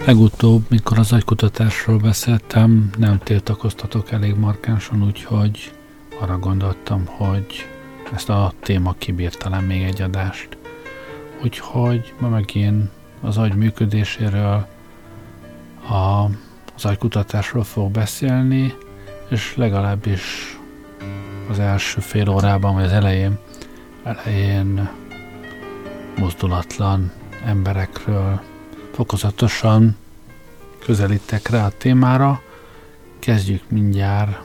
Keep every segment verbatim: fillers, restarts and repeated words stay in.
Legutóbb, mikor az agykutatásról beszéltem, nem tiltakoztatok elég markánsan, úgyhogy arra gondoltam, hogy ezt a téma kibír talán még egy adást. Úgyhogy ma megint az agy működéséről, a, az agykutatásról fog beszélni, és legalábbis az első fél órában, vagy az elején, elején mozdulatlan emberekről fokozatosan közelítek rá a témára. Kezdjük mindjárt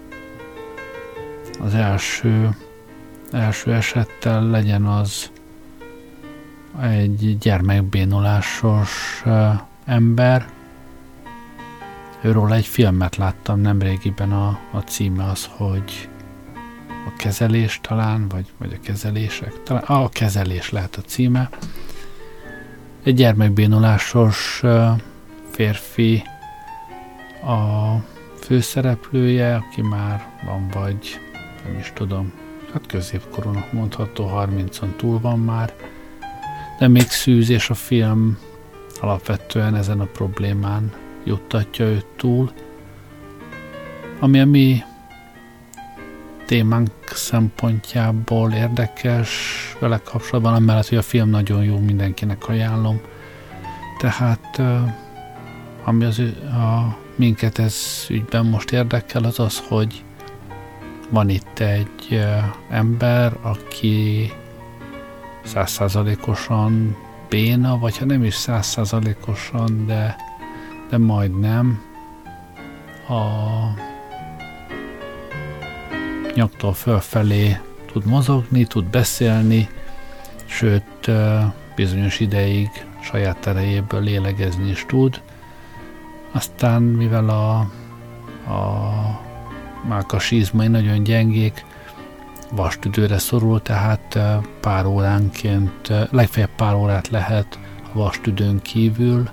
az első, első esettel, legyen az egy gyermekbénulásos ember. Őról egy filmet láttam nemrégiben, a, a címe az, hogy a kezelés talán, vagy, vagy a kezelések, talán a kezelés lehet a címe. Egy gyermekbénulásos férfi a főszereplője, aki már van, vagy nem is tudom, hát középkorúnak mondható, harmincon túl van már, de még szűz, és a film alapvetően ezen a problémán juttatja őt túl. Ami a mi témánk szempontjából érdekes vele kapcsolatban, amellett, hogy a film nagyon jó, mindenkinek ajánlom. Tehát ami az, a, minket ez ügyben most érdekel, az az, hogy van itt egy ember, aki száz százalékosan béna, vagy ha nem is száz százalékosan, de, de majdnem a nyaktól fölfelé tud mozogni, tud beszélni, sőt bizonyos ideig saját erejéből lélegezni is tud. Aztán mivel a, a mákas izmai nagyon gyengék, vastüdőre szorul, tehát pár óránként, legfeljebb pár órát lehet a vastüdőn kívül.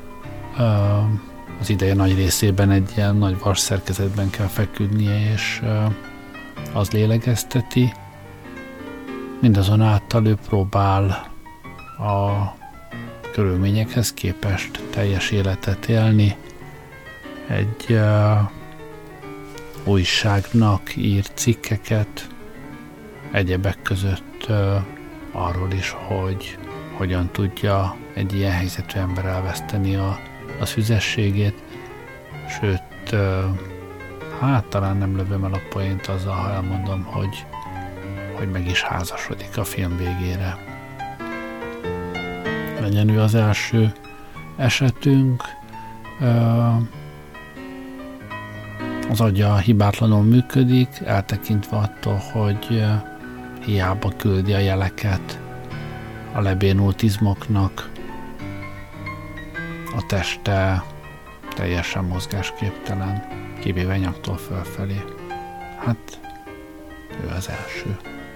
Az ideje nagy részében egy ilyen nagy vas szerkezetben kell feküdnie, és az lélegezteti. Mindazonáltal ő próbál a körülményekhez képest teljes életet élni. Egy uh, újságnak ír cikkeket, egyebek között uh, arról is, hogy hogyan tudja egy ilyen helyzetű ember elveszteni a, a szüzességét, sőt, uh, hát talán nem lövöm el a poént azzal, ha elmondom, hogy, hogy meg is házasodik a film végére. Legyen ő az első esetünk. Az agya hibátlanul működik, eltekintve attól, hogy hiába küldi a jeleket a lebénult izmoknak, a teste teljesen mozgásképtelen, kivéve nyaktól fölfelé. Hát, ő az első.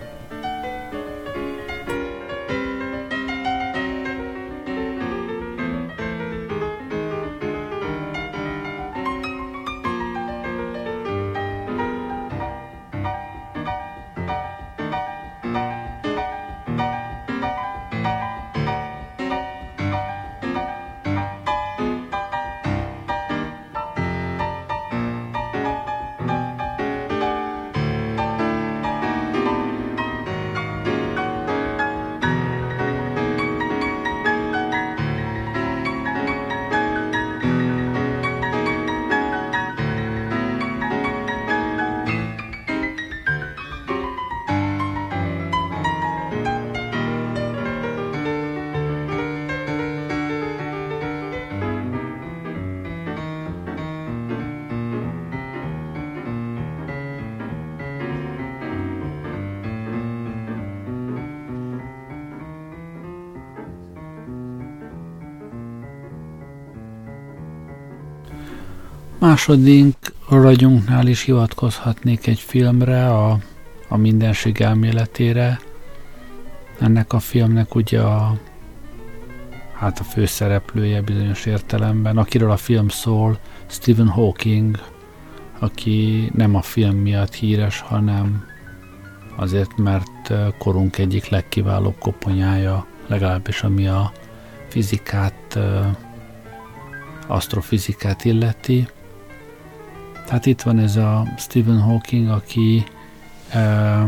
Második ragyunknál is hivatkozhatnék egy filmre, a, a mindenség elméletére. Ennek a filmnek ugye a, hát a főszereplője bizonyos értelemben, akiről a film szól, Stephen Hawking, aki nem a film miatt híres, hanem azért, mert korunk egyik legkiválóbb koponyája, legalábbis ami a fizikát asztrofizikát illeti. Tehát itt van ez a Stephen Hawking, aki uh,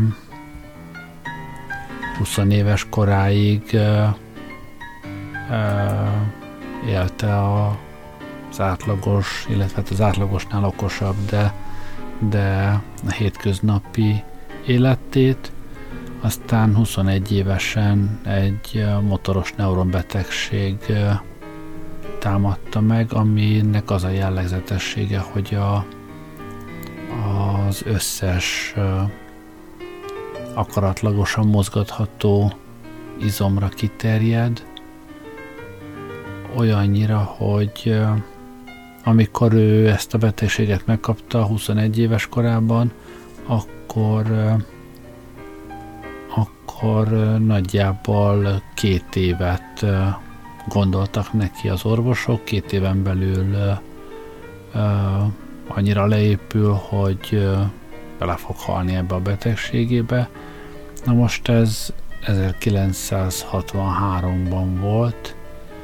húsz éves koráig uh, uh, élte a, az átlagos, illetve az átlagosnál okosabb, de, de a hétköznapi életét. Aztán huszonegy évesen egy motoros neuronbetegség támadta meg, aminek az a jellegzetessége, hogy a, az összes akaratlagosan mozgatható izomra kiterjed, olyannyira, hogy amikor ő ezt a betegséget megkapta huszonegy éves korában, akkor akkor nagyjából két évet gondoltak neki az orvosok, két éven belül annyira leépül, hogy bele fog halni ebbe a betegségébe. Na most ez ezerkilencszázhatvanháromban volt,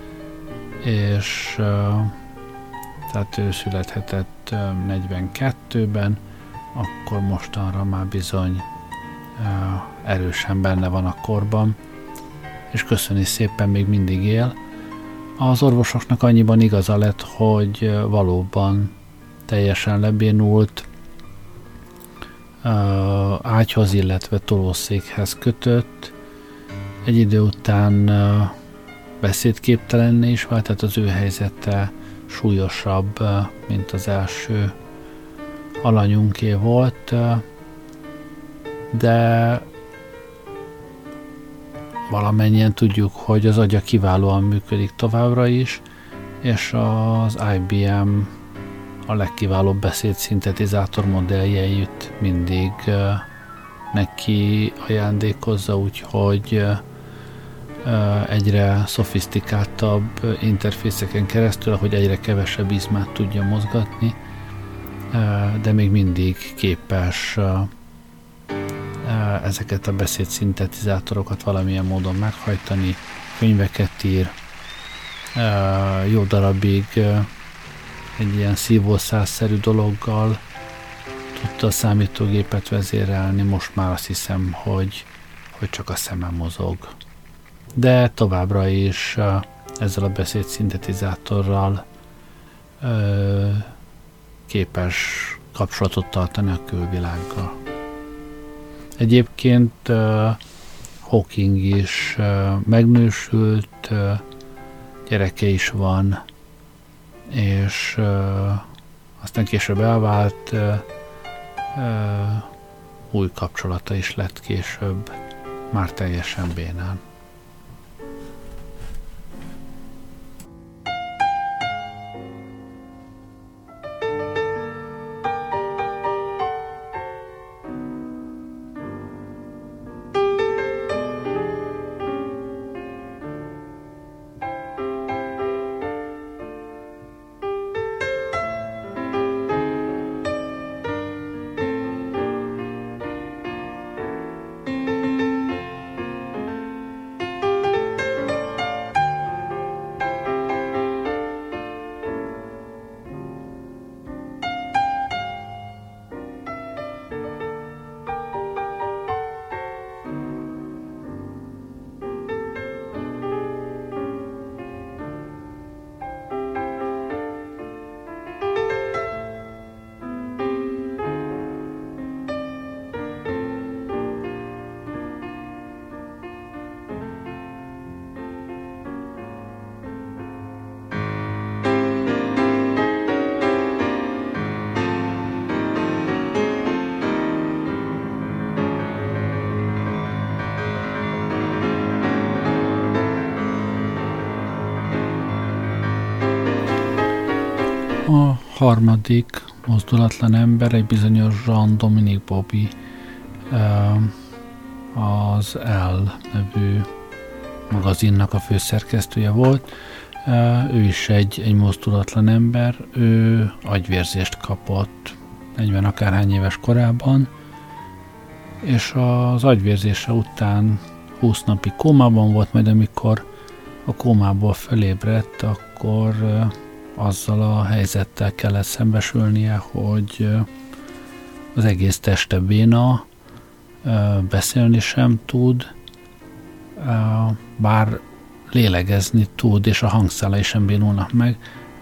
és tehát ő születhetett negyvenkettőben, akkor mostanra már bizony erősen benne van a korban, és köszöni szépen még mindig él. Az orvosoknak annyiban igaza lett, hogy valóban teljesen lebénult, ágyhoz, illetve tolószékhez kötött. Egy idő után beszédképtelenné is vált, tehát az ő helyzete súlyosabb, mint az első alanyunké volt, de valamennyien tudjuk, hogy az agya kiválóan működik továbbra is, és az I B M a legkiválóbb beszédszintetizátor modelljeit mindig uh, neki ajándékozza, úgyhogy uh, egyre szofisztikáltabb interfészeken keresztül, ahogy egyre kevesebb izmát tudja mozgatni, uh, de még mindig képes uh, uh, ezeket a beszédszintetizátorokat valamilyen módon meghajtani, könyveket ír, uh, jó darabig uh, egy ilyen szívószálszerű dologgal tudta a számítógépet vezérelni, most már azt hiszem, hogy, hogy csak a szeme mozog. De továbbra is uh, ezzel a beszédszintetizátorral uh, képes kapcsolatot tartani a külvilággal. Egyébként uh, Hawking is uh, megnősült, uh, gyereke is van, és uh, aztán később elvált, uh, uh, új kapcsolata is lett később, már teljesen bénán. A harmadik mozdulatlan ember egy bizonyos Jean-Dominique Bauby, az Elle nevű magazinnak a főszerkesztője volt. Ő is egy, egy mozdulatlan ember, ő agyvérzést kapott negyven akárhány éves korában, és az agyvérzése után húsz napig kómában volt, majd amikor a kómából felébredt, akkor azzal a helyzettel kellett szembesülnie, hogy az egész teste béna, beszélni sem tud, bár lélegezni tud, és a hangszálai sem bénulnak meg.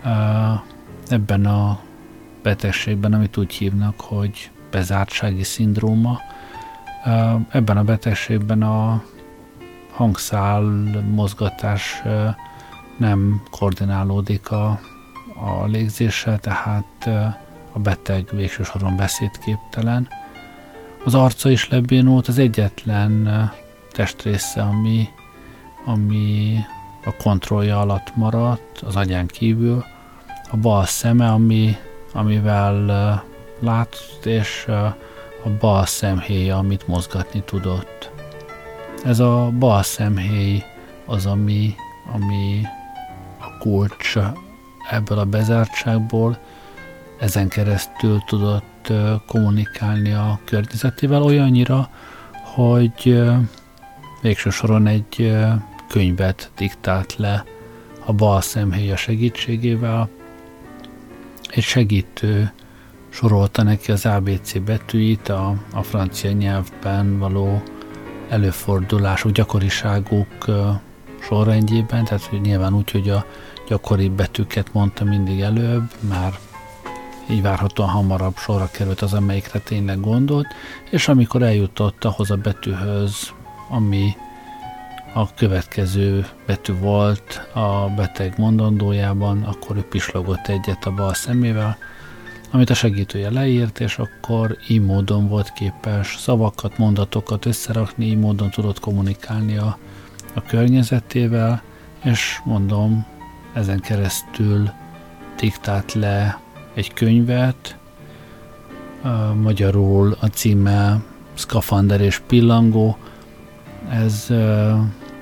Ebben a betegségben, amit úgy hívnak, hogy bezártsági szindróma, ebben a betegségben a hangszál mozgatás nem koordinálódik a, a légzéssel, tehát a beteg végső soron beszédképtelen. Az arca is lebénult, az egyetlen testrésze, ami, ami a kontrollja alatt maradt, az agyán kívül, a bal szeme, ami, amivel lát, és a bal szemhéja, amit mozgatni tudott. Ez a bal szemhéj az, ami, ami a kulcs ebből a bezártságból, ezen keresztül tudott kommunikálni a környezetével olyannyira, hogy végső soron egy könyvet diktált le a bal szemhéja segítségével. Egy segítő sorolta neki az á bé cé betűit, a, a francia nyelvben való előfordulásuk, gyakoriságuk sorrendjében, tehát nyilván úgy, hogy a gyakori betűket mondta mindig előbb, már így várhatóan hamarabb sorra került az, amelyikre tényleg gondolt, és amikor eljutott ahhoz a betűhöz, ami a következő betű volt a beteg mondandójában, akkor ő pislogott egyet a bal szemével, amit a segítője leírt, és akkor így módon volt képes szavakat, mondatokat összerakni, így módon tudott kommunikálni a, a környezetével, és mondom, ezen keresztül diktált le egy könyvet, uh, magyarul a címe Szkafander és pillangó. Ez uh,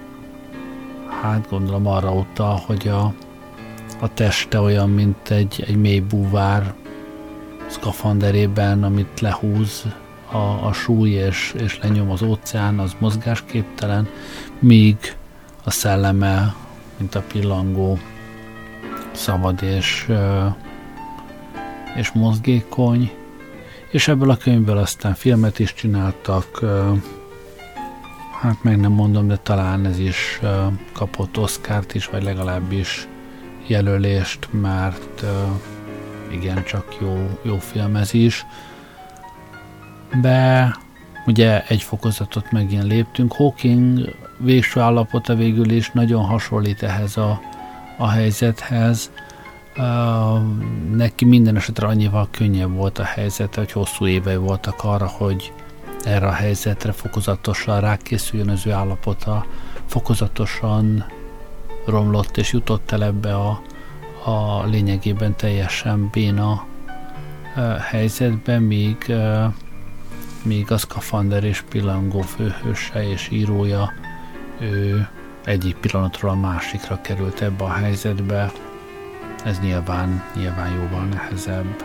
hát gondolom arra utal, hogy a, a teste olyan, mint egy, egy mély búvár szkafanderében, amit lehúz a, a súly és, és lenyom az óceán, az mozgásképtelen, míg a szelleme, mint a pillangó, szabad és, és mozgékony, és ebből a könyvből aztán filmet is csináltak, hát meg nem mondom, de talán ez is kapott Oscart is, vagy legalábbis jelölést, mert igen, csak jó, jó film ez is. De ugye egy fokozatot megint léptünk. Hawking végső állapota végül is nagyon hasonlít ehhez a, a helyzethez. Uh, neki minden esetre annyival könnyebb volt a helyzete, hogy hosszú évei voltak arra, hogy erre a helyzetre fokozatosan rákészüljön, az ő állapota fokozatosan romlott és jutott el ebbe a, a lényegében teljesen béna uh, helyzetbe, míg, uh, míg a Szkafander és pillangó főhőse és írója, ő egyik pillanatról a másikra került ebbe a helyzetbe. Ez nyilván, nyilván jóval nehezebb.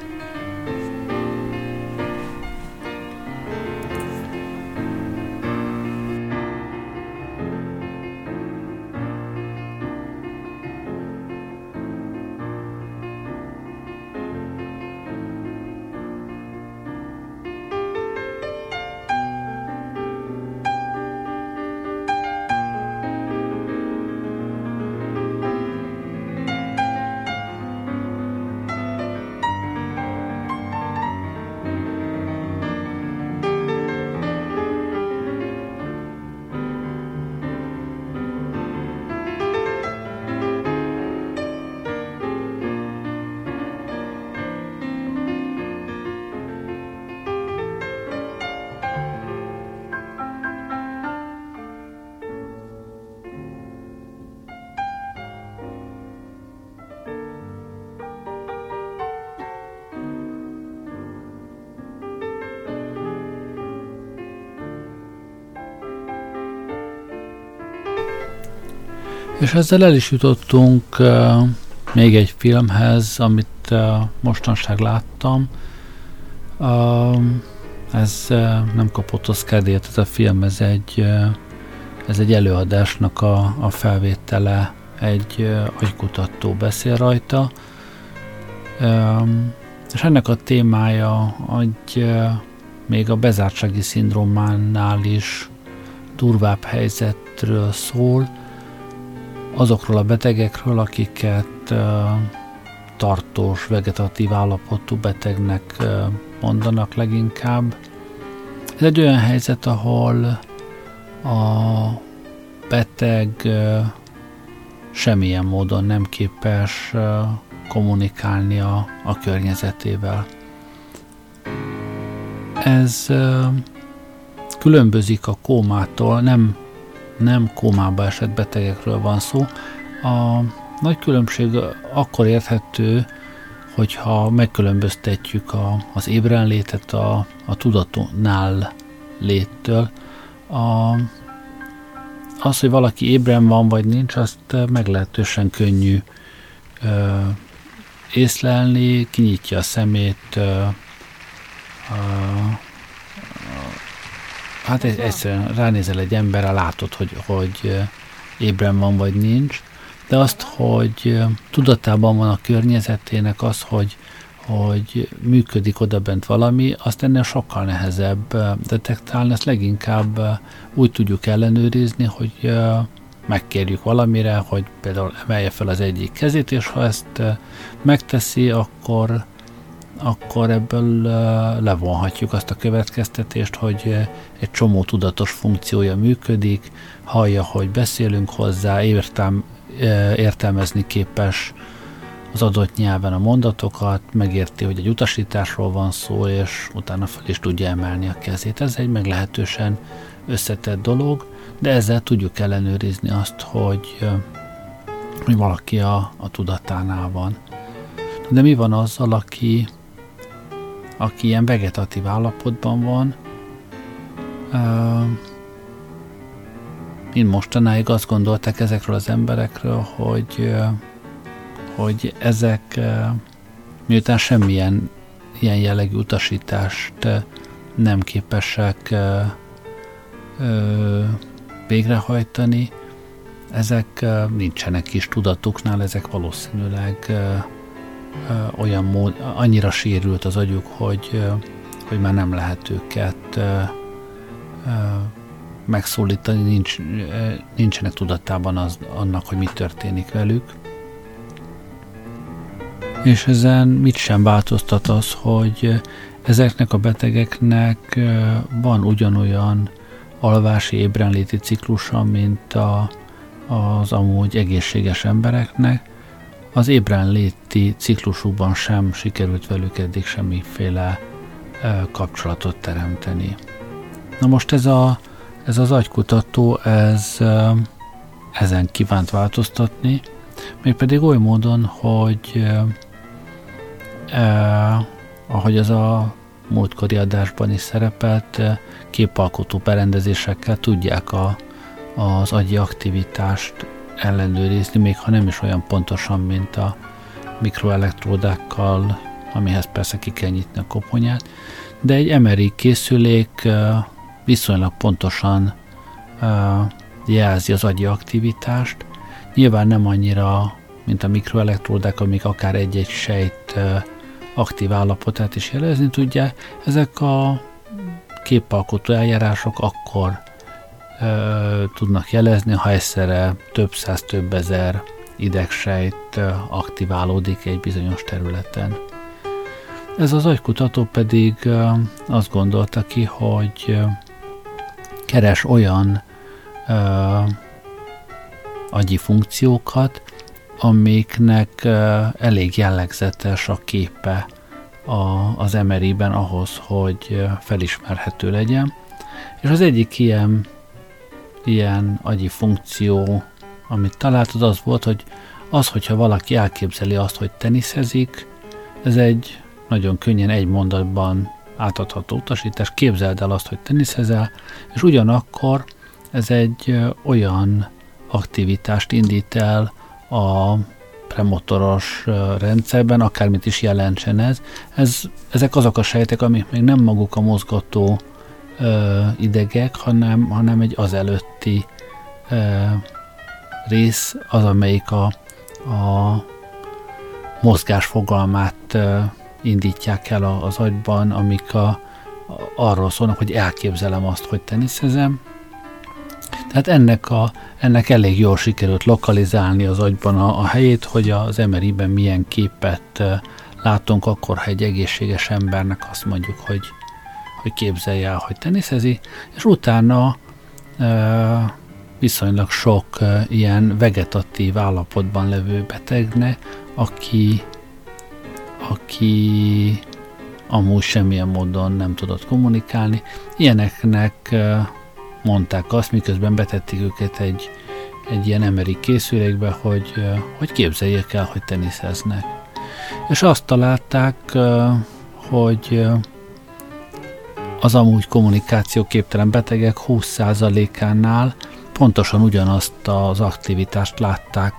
És ezzel el is jutottunk uh, még egy filmhez, amit uh, mostanság láttam. Uh, ez uh, nem kapott Oscar-díjat, ez a film, ez egy, uh, ez egy előadásnak a, a felvétele egy agykutató beszél rajta, és ennek a témája egy még a bezártsági szindrómánál is durvább helyzetről szól, azokról a betegekről, akiket tartós vegetatív állapotú betegnek mondanak leginkább. Ez egy olyan helyzet, ahol a beteg semmilyen módon nem képes kommunikálni a, a környezetével. Ez különbözik a kómától, nem, nem kómába esett betegekről van szó. A nagy különbség akkor érthető, hogyha megkülönböztetjük a, az ébrenlétet a, a tudatnál léttől. A, az, hogy valaki ébren van vagy nincs, azt meglehetősen könnyű ö, észlelni, kinyitja a szemét, ö, ö, hát egyszerűen ránézel egy emberre, látod, hogy, hogy ébren van vagy nincs, de azt, hogy tudatában van a környezetének, az, hogy, hogy működik odabent valami, azt ennél sokkal nehezebb detektálni, ezt leginkább úgy tudjuk ellenőrizni, hogy megkérjük valamire, hogy például emelje fel az egyik kezét, és ha ezt megteszi, akkor, akkor ebből levonhatjuk azt a következtetést, hogy egy csomó tudatos funkciója működik, hallja, hogy beszélünk hozzá, értem, értelmezni képes az adott nyelven a mondatokat, megérti, hogy egy utasításról van szó, és utána fel is tudja emelni a kezét. Ez egy meglehetősen összetett dolog, de ezzel tudjuk ellenőrizni azt, hogy, hogy valaki a, a tudatánál van. De mi van azzal, aki, aki ilyen vegetatív állapotban van? Mind mostanáig azt gondolták ezekről az emberekről, hogy, hogy ezek miután semmilyen ilyen jellegű utasítást nem képesek végrehajtani, ezek nincsenek kis tudatuknál, ezek valószínűleg olyan mód, annyira sérült az agyuk, hogy, hogy már nem lehet őket megszólítani, nincs, nincsenek tudatában az, annak, hogy mi történik velük. És ezen mit sem változtat az, hogy ezeknek a betegeknek van ugyanolyan alvási ébrenléti ciklusa, mint a, az amúgy egészséges embereknek. Az ébrenléti ciklusukban sem sikerült velük eddig semmiféle kapcsolatot teremteni. Na most ez, a, ez az agykutató, ez ezen kívánt változtatni, mégpedig oly módon, hogy eh, ahogy az a múltkori adásban is szerepelt, képalkotó berendezésekkel tudják a, az agyi aktivitást ellenőrizni, még ha nem is olyan pontosan, mint a mikroelektródákkal, amihez persze ki kell nyitni a koponyát, de egy em er i készülék viszonylag pontosan jelzi az agyi aktivitást. Nyilván nem annyira, mint a mikroelektródák, amik akár egy-egy sejt aktív állapotát is jelezni tudják. Ezek a képalkotó eljárások akkor ö, tudnak jelezni, ha egyszerre több száz, több ezer idegsejt aktiválódik egy bizonyos területen. Ez az agykutató pedig ö, azt gondolta ki, hogy ö, keres olyan ö, agyi funkciókat, amiknek elég jellegzetes a képe az em er i-ben ahhoz, hogy felismerhető legyen. És az egyik ilyen, ilyen agyi funkció, amit találtad, az volt, hogy az, hogyha valaki elképzeli azt, hogy teniszezik, ez egy nagyon könnyen egy mondatban átadható utasítás, képzeld el azt, hogy teniszezel, és ugyanakkor ez egy olyan aktivitást indít el a premotoros rendszerben, akármit is jelentsen ez. ez. Ezek azok a sejtek, amik még nem maguk a mozgató ö, idegek, hanem, hanem egy azelőtti ö, rész az, amelyik a, a mozgás fogalmát indítják el az agyban, amik a, a, arról szólnak, hogy elképzelem azt, hogy teniszezem. Tehát ennek, a, ennek elég jól sikerült lokalizálni az agyban a, a helyét, hogy az em er i-ben milyen képet látunk akkor, ha egy egészséges embernek azt mondjuk, hogy, hogy képzelje el, hogy teniszezi, és utána e, viszonylag sok e, ilyen vegetatív állapotban levő betegne, aki, aki amúgy semmilyen módon nem tudott kommunikálni. Ilyeneknek e, mondták azt, miközben betették őket egy, egy ilyen em er i készülékbe, hogy, e, hogy képzeljék el, hogy teniszeznek. És azt találták, hogy az amúgy kommunikációképtelen betegek húsz százalékánál pontosan ugyanazt az aktivitást látták,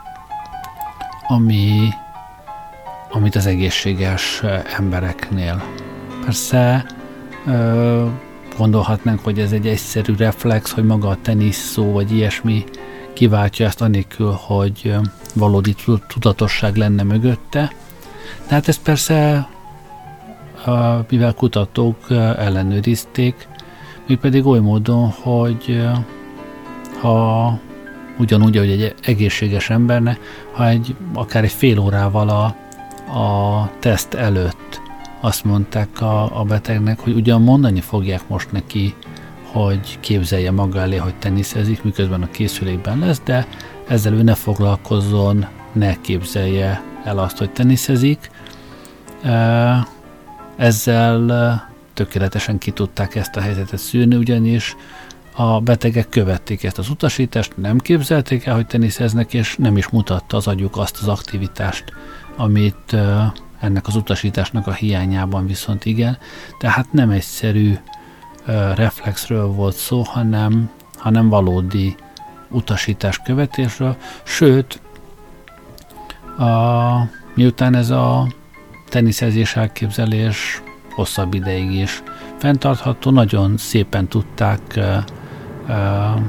ami, amit az egészséges embereknél. Persze gondolhatnánk, hogy ez egy egyszerű reflex, hogy maga a tenisz szó vagy ilyesmi kiváltja ezt anélkül, hogy valódi tudatosság lenne mögötte. De hát ezt persze, mivel kutatók ellenőrizték, mégpedig oly módon, hogy ha ugyanúgy, ahogy egy egészséges emberne, ha egy, akár egy fél órával a, a teszt előtt azt mondták a, a betegnek, hogy ugyan mondani fogják most neki, hogy képzelje maga elé, hogy teniszezik, miközben a készülékben lesz, de ezzel ő ne foglalkozzon, ne képzelje el azt, hogy teniszezik. Ezzel tökéletesen ki tudták ezt a helyzetet szűrni, ugyanis a betegek követték ezt az utasítást, nem képzelték el, hogy teniszeznek, és nem is mutatta az agyuk azt az aktivitást, amit ennek az utasításnak a hiányában viszont igen. Tehát nem egyszerű reflexről volt szó, hanem, hanem valódi utasítás követésről, sőt, a, miután ez a teniszezés elképzelés hosszabb ideig is fenntartható, nagyon szépen tudták uh, uh,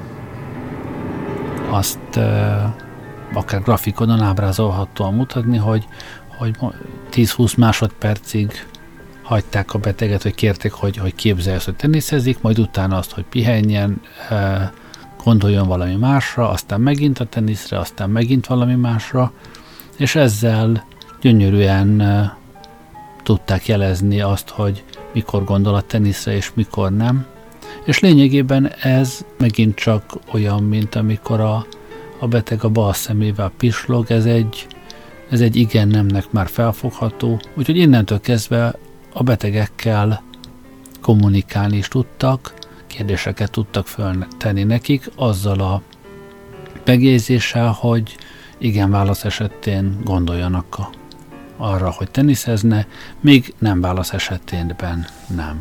azt uh, akár grafikonon ábrázolhatóan mutatni, hogy, hogy tíz-húsz másodpercig hagyták a beteget, hogy kérték, hogy, hogy képzelje, hogy teniszezik, majd utána azt, hogy pihenjen, uh, gondoljon valami másra, aztán megint a teniszre, aztán megint valami másra, és ezzel gyönyörűen uh, tudták jelezni azt, hogy mikor gondol a teniszre, és mikor nem. És lényegében ez megint csak olyan, mint amikor a, a beteg a bal szemével pislog, ez egy, ez egy igen-nemnek már felfogható, úgyhogy innentől kezdve a betegekkel kommunikálni is tudtak, kérdéseket tudtak föltenni nekik, azzal a megjegyzéssel, hogy igen válasz esetén gondoljanak a, arra, hogy teniszezne, míg nem válasz esetében nem.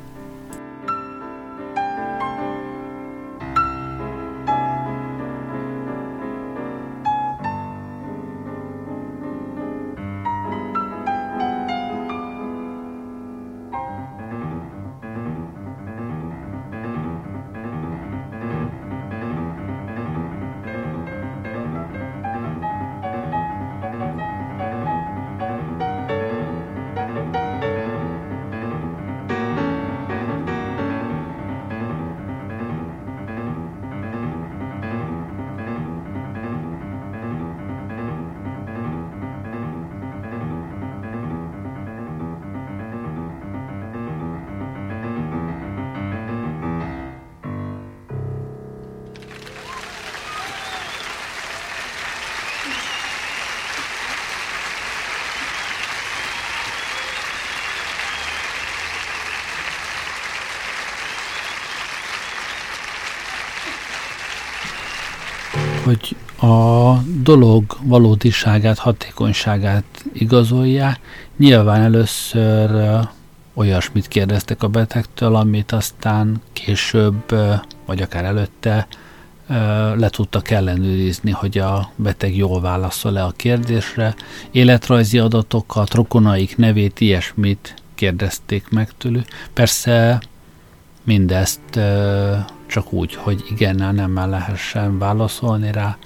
Hogy a dolog valódiságát, hatékonyságát igazolják, nyilván először olyasmit kérdeztek a betegtől, amit aztán később, vagy akár előtte le tudtak ellenőrizni, hogy a beteg jól válaszol-e a kérdésre. Életrajzi adatokat, rokonaik nevét, ilyesmit kérdezték meg tőlük. Persze mindezt csak úgy, hogy igennel, nemmel lehessen válaszolni rá,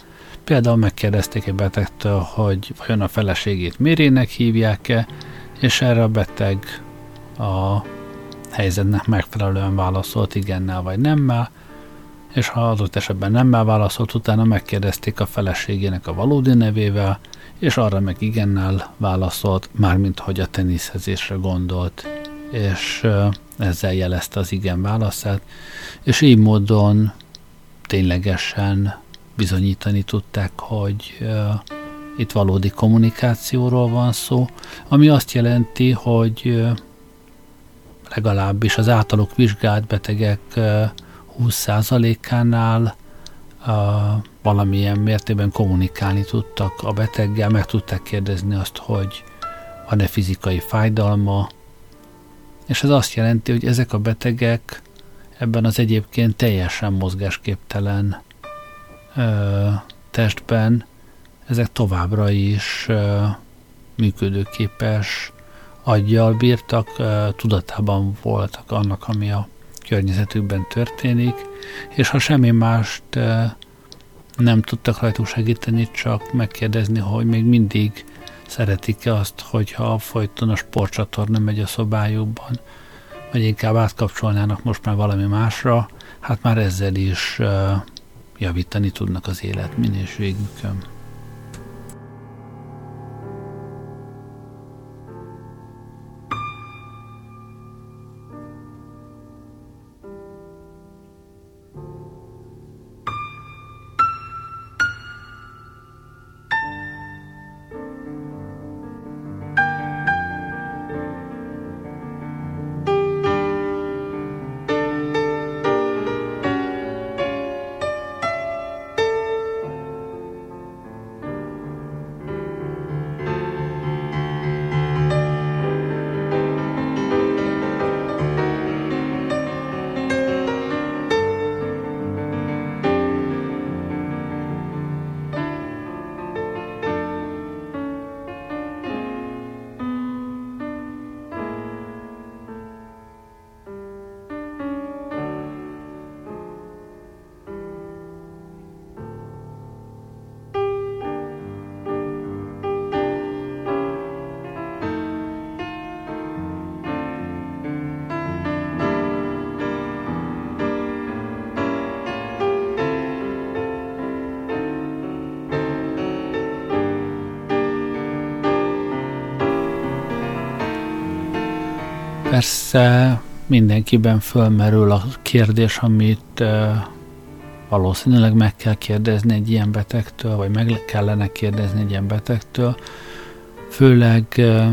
Például megkérdezték egy betegtől, hogy vajon a feleségét Mérének hívják-e, és erre a beteg a helyzetnek megfelelően válaszolt igennel vagy nemmel, és ha adott esetben nemmel válaszolt, utána megkérdezték a feleségének a valódi nevével, és arra meg igennel válaszolt, mármint hogy a teniszezésre gondolt, és ezzel jelezte az igen válaszát, és így módon ténylegesen bizonyítani tudták, hogy uh, itt valódi kommunikációról van szó, ami azt jelenti, hogy uh, legalábbis az általuk vizsgált betegek uh, húsz százalékánál uh, valamilyen mértékben kommunikálni tudtak a beteggel, meg tudták kérdezni azt, hogy van-e fizikai fájdalma, és ez azt jelenti, hogy ezek a betegek ebben az egyébként teljesen mozgásképtelen ö, testben, ezek továbbra is ö, működőképes aggyal bírtak, ö, tudatában voltak annak, ami a környezetükben történik, és ha semmi mást ö, nem tudtak rajtuk segíteni, csak megkérdezni, hogy még mindig szeretik-e azt, hogyha folyton a sportcsatorna megy a szobájukban, vagy inkább átkapcsolnának most már valami másra, hát már ezzel is uh, javítani tudnak az életminőségükön. Persze mindenkiben fölmerül a kérdés, amit uh, valószínűleg meg kell kérdezni egy ilyen betegtől, vagy meg kellene kérdezni egy ilyen betegtől. Főleg uh,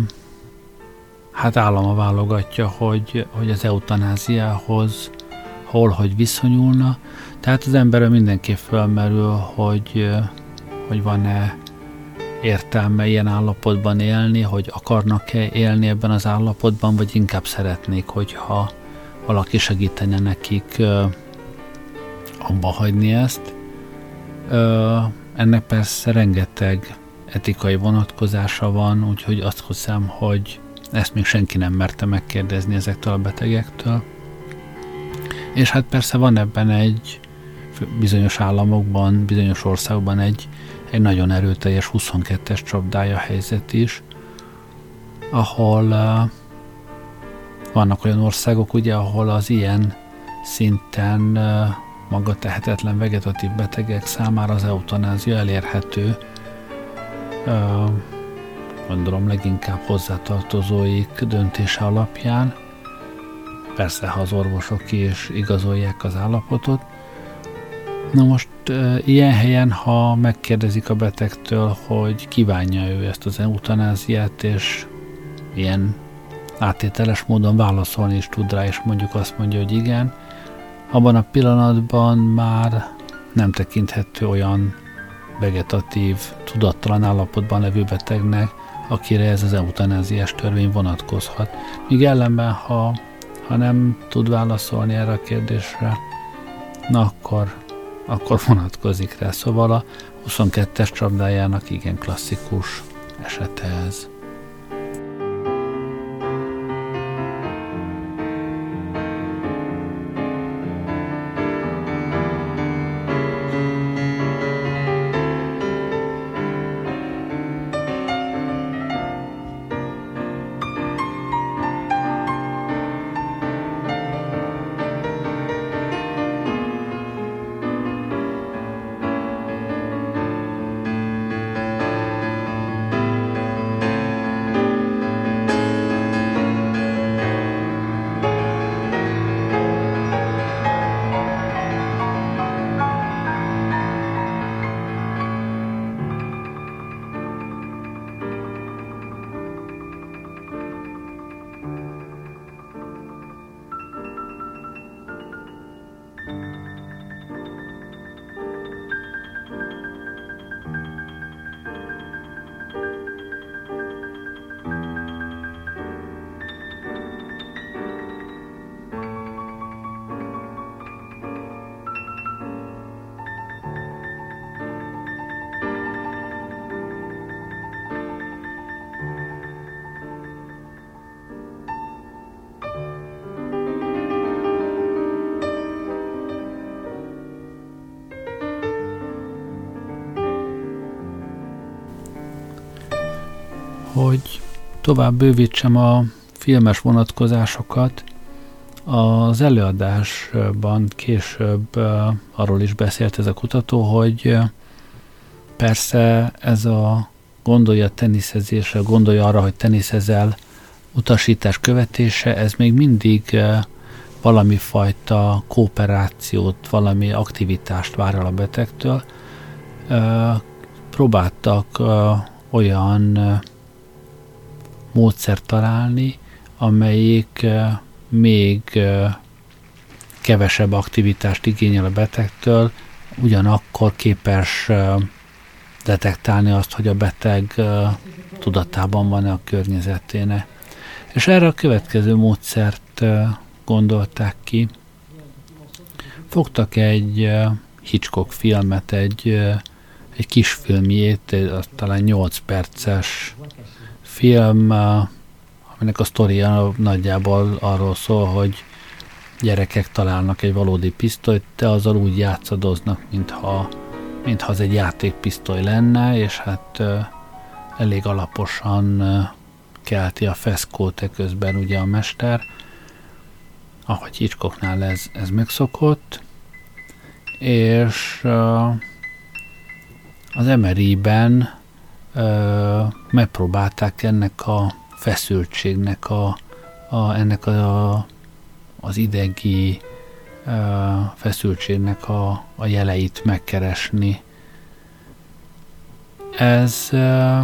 hát állama válogatja, hogy, hogy az eutanáziához hol, hogy viszonyulna. Tehát az emberre mindenképp fölmerül, hogy, uh, hogy van-e értelme ilyen állapotban élni, hogy akarnak-e élni ebben az állapotban, vagy inkább szeretnék, hogyha valaki segítene nekik ö, abba hagyni ezt. Ö, ennek persze rengeteg etikai vonatkozása van, úgyhogy azt hiszem, hogy ezt még senki nem merte megkérdezni ezektől a betegektől. És hát persze van ebben egy bizonyos államokban, bizonyos országokban egy egy nagyon erőteljes huszonkettes csapdája helyzet is, ahol uh, vannak olyan országok, ugye, ahol az ilyen szinten uh, magatehetetlen vegetatív betegek számára az eutanázia elérhető. Uh, gondolom leginkább hozzátartozóik döntése alapján. Persze, ha az orvosok is igazolják az állapotot. Na most e, ilyen helyen, ha megkérdezik a betegtől, hogy kívánja ő ezt az eutanáziát, és ilyen áttételes módon válaszolni is tud rá, és mondjuk azt mondja, hogy igen, abban a pillanatban már nem tekinthető olyan vegetatív, tudattalan állapotban levő betegnek, akire ez az eutanáziás törvény vonatkozhat. Míg ellenben, ha, ha nem tud válaszolni erre a kérdésre, na akkor akkor vonatkozik rá. Szóval a huszonkettes csapdájának igen klasszikus esete ez. hogy tovább bővítsem a filmes vonatkozásokat, az előadásban később arról is beszélt ez a kutató, hogy persze ez a gondolja teniszezésre, gondolja arra, hogy teniszezel utasítás követése, ez még mindig valami fajta kooperációt, valami aktivitást vár el a betegtől. Próbáltak olyan módszert találni, amelyik még kevesebb aktivitást igényel a betegtől, ugyanakkor képes detektálni azt, hogy a beteg tudatában van-e a környezetének. És erre a következő módszert gondolták ki. Fogtak egy Hitchcock filmet, egy, egy kisfilmjét, talán nyolc perces film, aminek a sztoria nagyjából arról szól, hogy gyerekek találnak egy valódi pisztolyt, de azzal úgy játszadoznak, mintha, mintha az egy játékpisztoly lenne, és hát uh, elég alaposan uh, kelti a feszkót, eközben ugye a mester, ahogy Hitchcocknál ez, ez megszokott, és uh, az Emeryben uh, megpróbálták ennek a feszültségnek, a, a, ennek a, az idegi uh, feszültségnek a, a jeleit megkeresni. Ez uh,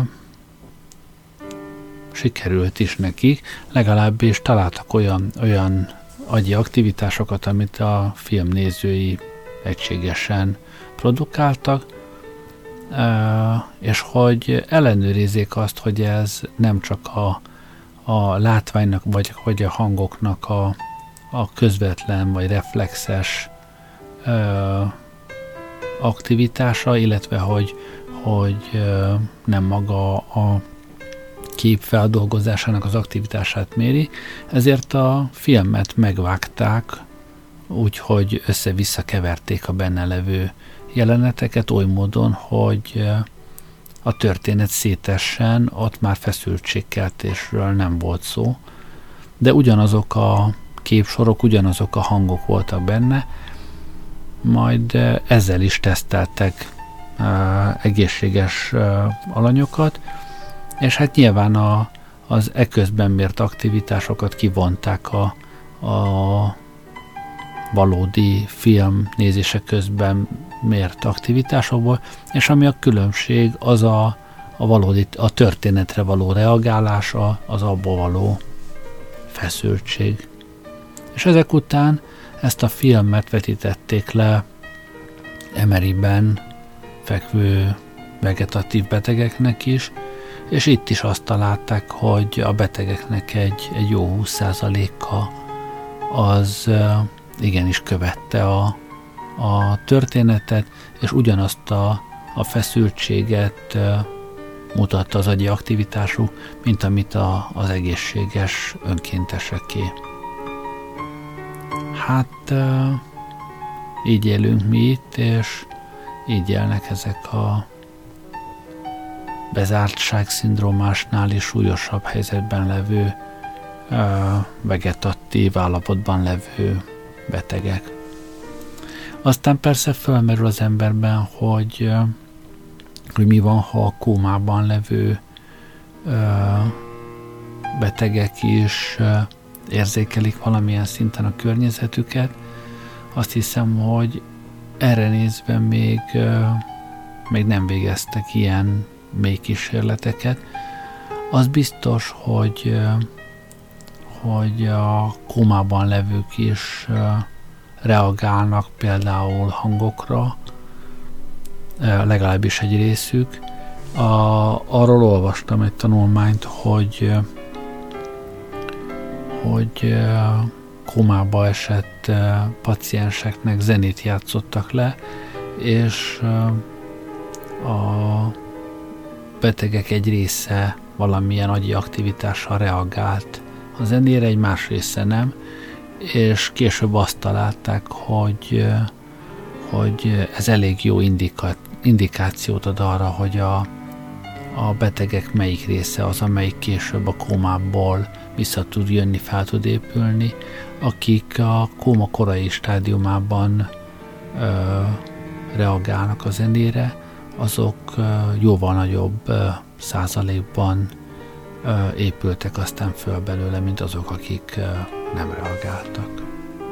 sikerült is nekik, legalábbis találtak olyan, olyan agyi aktivitásokat, amit a filmnézői egységesen produkáltak, uh, és hogy ellenőrizzék azt, hogy ez nem csak a, a látványnak, vagy, vagy a hangoknak a, a közvetlen vagy reflexes uh, aktivitása, illetve hogy, hogy uh, nem maga a kép feldolgozásának az aktivitását méri, ezért a filmet megvágták, úgyhogy össze-vissza keverték a benne levő jeleneteket oly módon, hogy a történet szétessen, ott már feszültségkeltésről nem volt szó, de ugyanazok a képsorok, ugyanazok a hangok voltak benne, majd ezzel is teszteltek uh, egészséges uh, alanyokat, és hát nyilván a, az eközben mért aktivitásokat kivonták a, a valódi film nézése közben mért aktivitásokból, és ami a különbség, az a, a valódi, a történetre való reagálása, az abból való feszültség. És ezek után ezt a filmet vetítették le Emeryben fekvő vegetatív betegeknek is, és itt is azt találták, hogy a betegeknek egy, egy jó húsz százaléka az igenis követte a, a történetet, és ugyanazt a, a feszültséget mutatta az agyi aktivitású, mint amit a, az egészséges önkénteseké. Hát így élünk mi itt, és így élnek ezek a bezártság-szindrómásnál is súlyosabb helyzetben levő, vegetatív állapotban levő betegek. Aztán persze felmerül az emberben, hogy, hogy mi van, ha a kómában levő betegek is érzékelik valamilyen szinten a környezetüket. Azt hiszem, hogy erre nézve még, még nem végeztek ilyen mély kísérleteket. Az biztos, hogy, hogy a kómában levők is reagálnak például hangokra, legalábbis egy részük. A, arról olvastam egy tanulmányt, hogy, hogy kómába esett pacienseknek zenét játszottak le, és a betegek egy része valamilyen agyi aktivitással reagált a zenére, egy más része nem, és később azt találták, hogy, hogy ez elég jó indika, indikációt ad arra, hogy a, a betegek melyik része az, amelyik később a kómából vissza tud jönni, fel tud épülni, akik a kóma korai stádiumában ö, reagálnak a zenére, azok ö, jóval nagyobb ö, százalékban ö, épültek aztán föl belőle, mint azok, akik ö, nem reagáltak.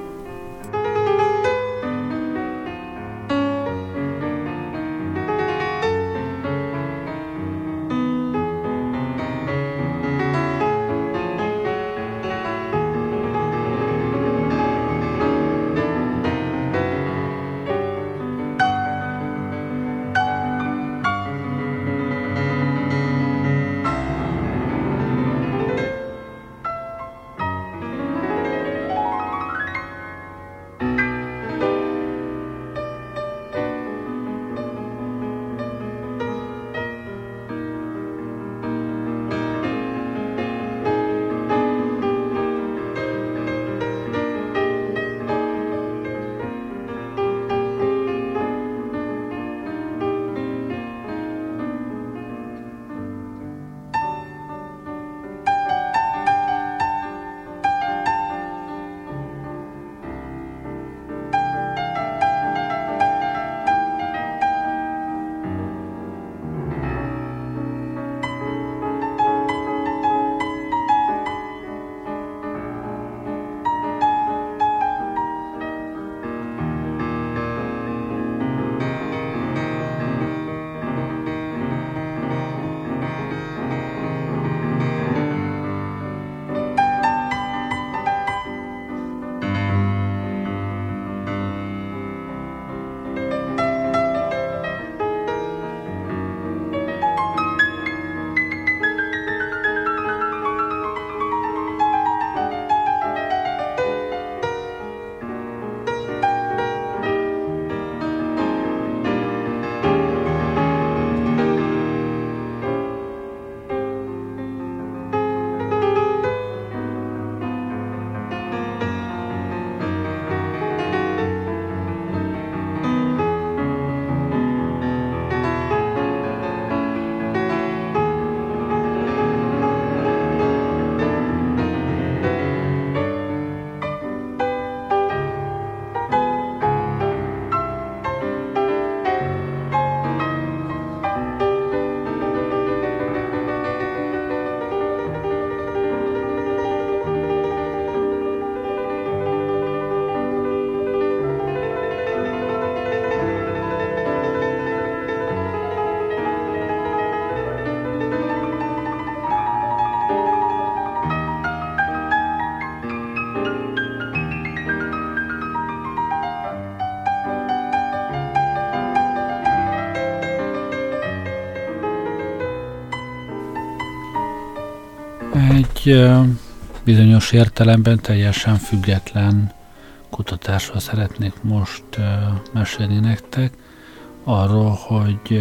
Egy bizonyos értelemben teljesen független kutatásról szeretnék most mesélni nektek, arról, hogy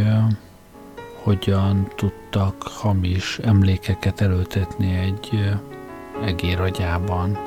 hogyan tudtak hamis emlékeket előtetni egy egér agyában.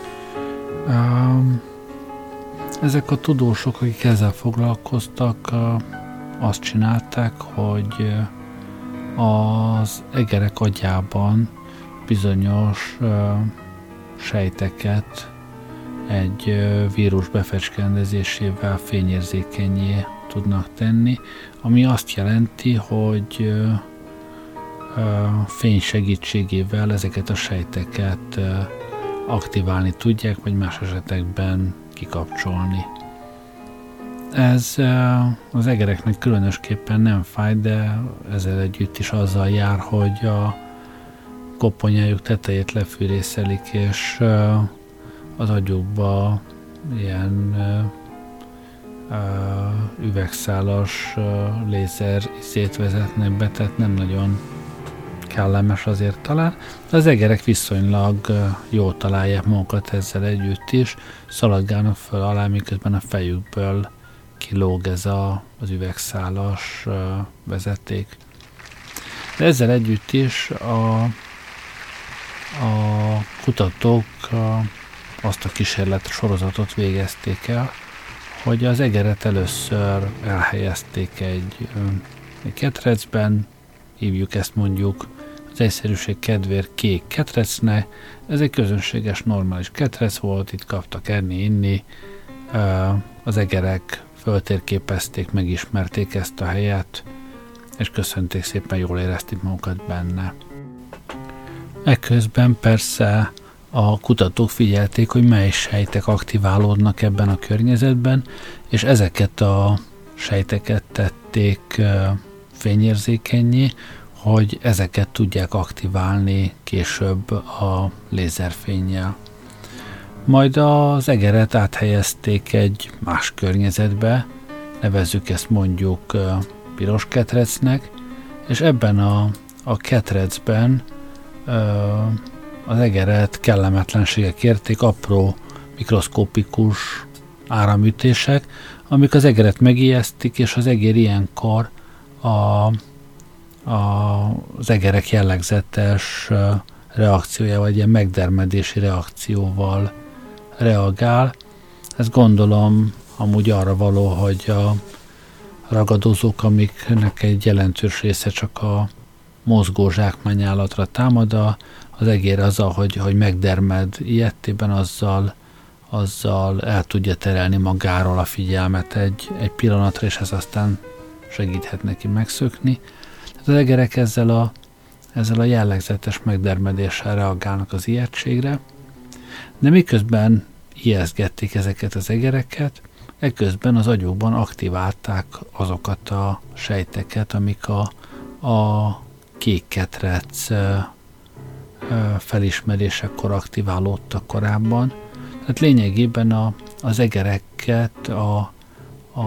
Ezek a tudósok, akik ezzel foglalkoztak, azt csinálták, hogy az egerek agyában bizonyos uh, sejteket egy uh, vírus befecskendezésével fényérzékennyé tudnak tenni, ami azt jelenti, hogy uh, uh, fény segítségével ezeket a sejteket uh, aktiválni tudják, vagy más esetekben kikapcsolni. Ez uh, az egereknek különösképpen nem fáj, de ezzel együtt is azzal jár, hogy a koponyájuk tetejét lefűrészelik, és uh, az agyukba ilyen uh, uh, üvegszálas uh, lézer izét vezetnek be, tehát nem nagyon kellemes azért talán. De az egerek viszonylag uh, jól találják magukat ezzel együtt is, szaladgálnak föl alá, miközben a fejükből kilóg ez a, az üvegszálas uh, vezeték. De ezzel együtt is a A kutatók azt a kísérlet sorozatot végezték el, hogy az egeret először elhelyezték egy, egy ketrecben, hívjuk ezt mondjuk az egyszerűség kedvéért kék ketrecnek. Ez egy közönséges, normális ketrec volt, itt kaptak enni, inni, az egerek föltérképezték, megismerték ezt a helyet, és köszönték szépen, jól érezték magukat benne. Ekközben persze a kutatók figyelték, hogy mely sejtek aktiválódnak ebben a környezetben, és ezeket a sejteket tették fényérzékennyé, hogy ezeket tudják aktiválni később a lézerfénnyel. Majd az egeret áthelyezték egy más környezetbe, nevezzük ezt mondjuk piros ketrecnek, és ebben a, a ketrecben az egeret kellemetlenségek érték, apró mikroszkopikus áramütések, amik az egeret megijesztik, és az egér ilyenkor a, a, az egerek jellegzetes reakciója, vagy ilyen megdermedési reakcióval reagál. Ezt gondolom amúgy arra való, hogy a ragadozók, amiknek egy jelentős része csak a mozgó zsákmányállatra támad, az egér azzal, hogy, hogy megdermed ilyetében, azzal, azzal el tudja terelni magáról a figyelmet egy, egy pillanatra, és ez aztán segíthet neki megszökni. Tehát az egerek ezzel a, ezzel a jellegzetes megdermedéssel reagálnak az ijegységre, de miközben ijesztgették ezeket az egereket, ekközben az agyukban aktiválták azokat a sejteket, amik a, a kék ketrec felismerésekor aktiválódtak korábban. Tehát lényegében a, az egereket a, a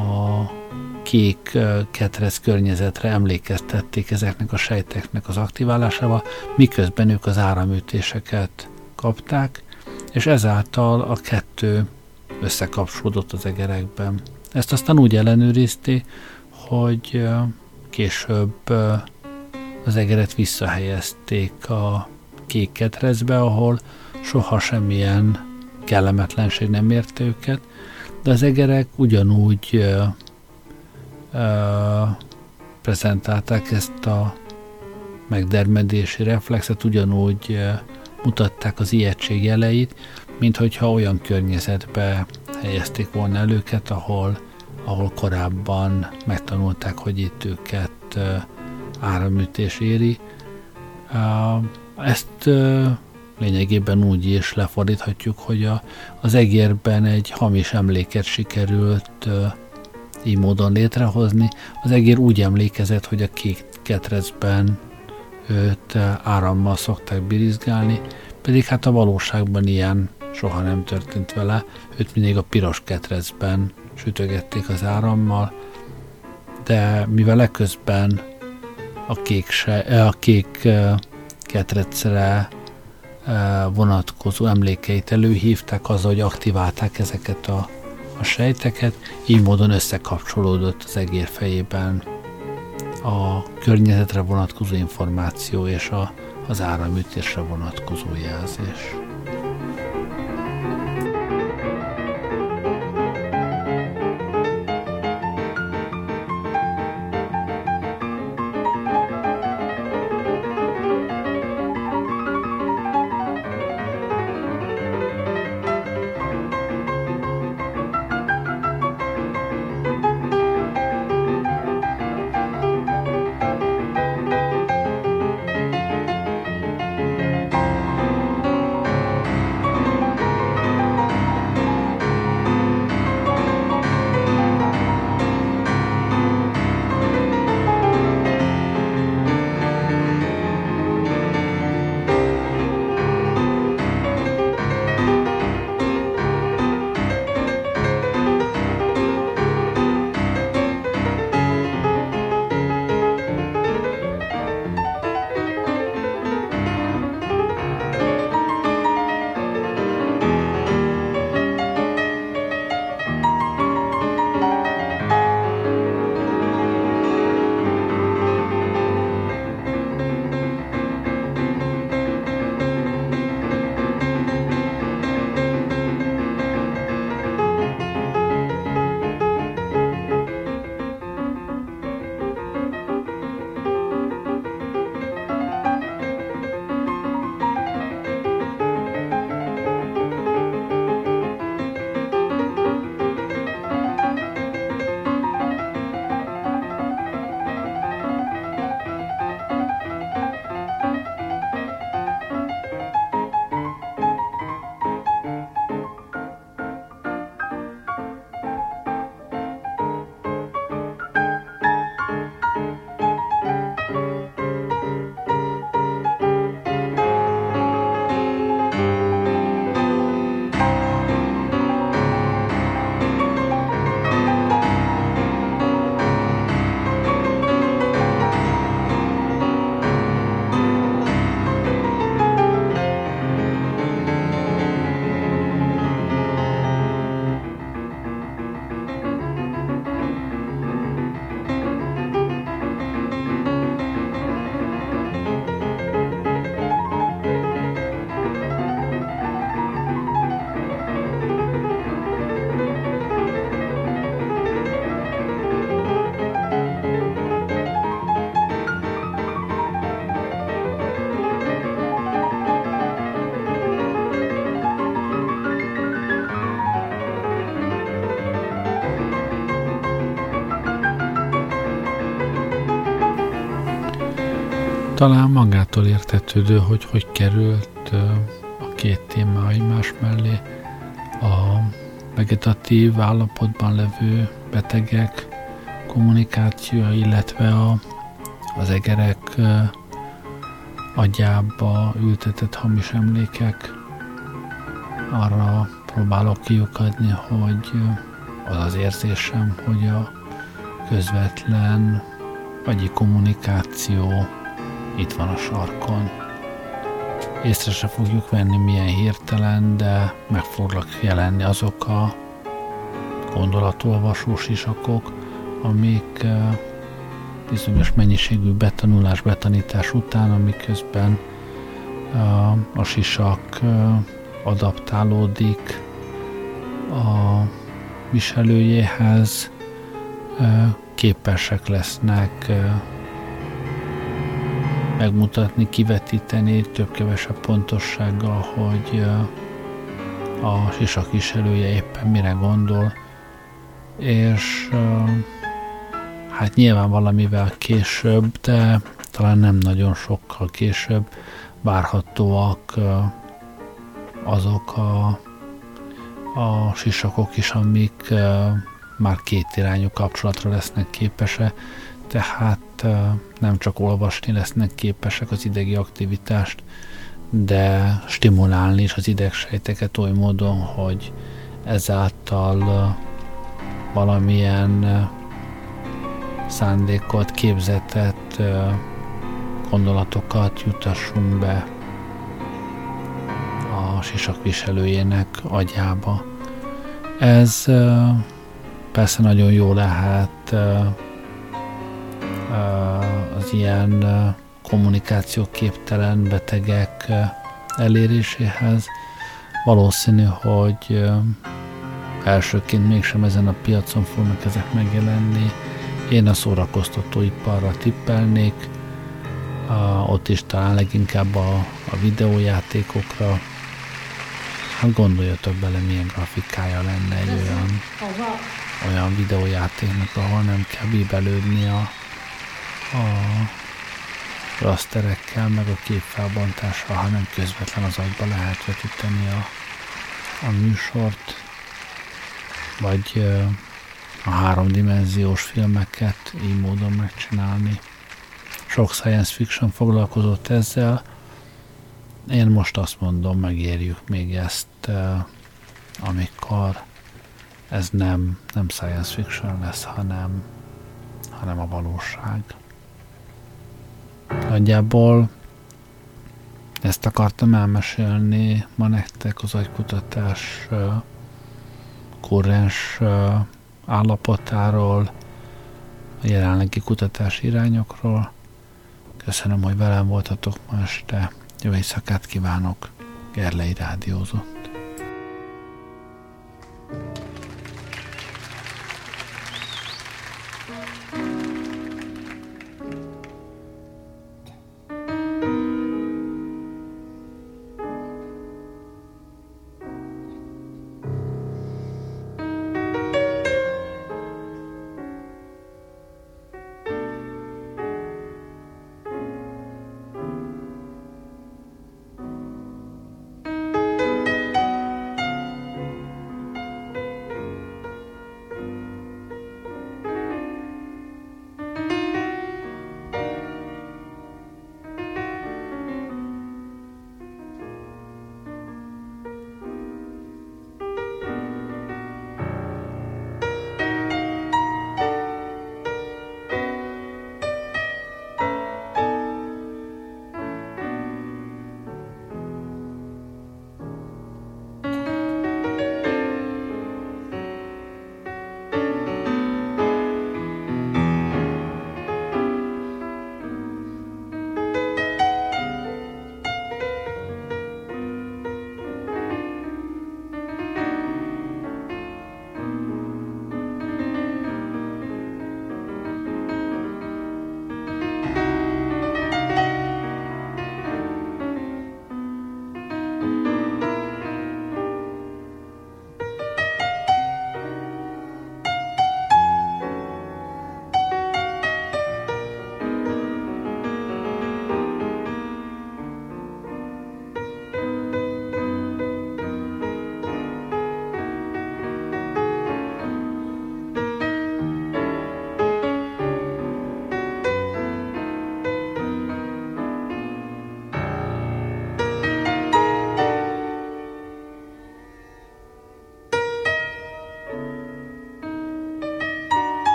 kék ketrec környezetre emlékeztették ezeknek a sejteknek az aktiválásával, miközben ők az áramütéseket kapták, és ezáltal a kettő összekapcsolódott az egerekben. Ezt aztán úgy ellenőrizték, hogy később az egeret visszahelyezték a kék ketrecbe, ahol soha semmilyen kellemetlenség nem érte őket, de az egerek ugyanúgy ö, ö, prezentálták ezt a megdermedési reflexet, ugyanúgy ö, mutatták az ijegység jeleit, mint hogyha olyan környezetbe helyezték volna el őket, ahol, ahol korábban megtanulták, hogy itt őket ö, áramütés éri. Uh, ezt uh, lényegében úgy is lefordíthatjuk, hogy a, az egérben egy hamis emléket sikerült uh, így módon létrehozni. Az egér úgy emlékezett, hogy a kék ketrecben őt uh, árammal szokták birizgálni, pedig hát a valóságban ilyen soha nem történt vele, őt mindig a piros ketrecben sütögették az árammal, de mivel eközben a kék, se, a kék ketrecre vonatkozó emlékeit előhívták azzal, hogy aktiválták ezeket a, a sejteket, így módon összekapcsolódott az egér fejében a környezetre vonatkozó információ és a, az áramütésre vonatkozó jelzés. talán magától értetődő, hogy hogy került a két téma egymás mellé. A vegetatív állapotban levő betegek kommunikációja, illetve a, az egerek agyába ültetett hamis emlékek. Arra próbálok kiukadni, hogy az az érzésem, hogy a közvetlen agyi kommunikáció itt van a sarkon. Észre se fogjuk venni, milyen hirtelen, de meg fognak jelenni azok a gondolatolvasó sisakok, amik bizonyos mennyiségű betanulás, betanítás után, amiközben a sisak adaptálódik a viselőjéhez, képesek lesznek megmutatni, kivetíteni több-kevesebb pontossággal, hogy a sisak viselője éppen mire gondol, és hát nyilván valamivel később, de talán nem nagyon sokkal később várhatóak azok a, a sisakok is, amik már kétirányú kapcsolatra lesznek képesek, tehát nem csak olvasni lesznek képesek az idegi aktivitást, de stimulálni is az idegsejteket oly módon, hogy ezáltal valamilyen szándékot, képzetet, gondolatokat jutassunk be a sisak viselőjének agyába. Ez persze nagyon jó lehet az ilyen kommunikációképtelen betegek eléréséhez. Valószínű, hogy elsőként mégsem ezen a piacon fognak ezek megjelenni. Én a szórakoztatóiparra tippelnék, ott is talán leginkább a, a videójátékokra. Hát gondoljatok bele, milyen grafikája lenne egy olyan, olyan videójátéknak, ahol nem kell bíbelődni a, a rasterekkel, meg a képfelbontással, hanem közvetlen az agyba lehet vetíteni a, a műsort, vagy a háromdimenziós filmeket így módon megcsinálni. Sok science fiction foglalkozott ezzel. Én most azt mondom, megérjük még ezt, amikor ez nem, nem science fiction lesz, hanem, hanem a valóság. Nagyjából ezt akartam elmesélni ma nektek az agykutatás kurrens állapotáról, a jelenlegi kutatási irányokról. Köszönöm, hogy velem voltatok ma este. Jó éjszakát kívánok, Gerlei Rádiózó.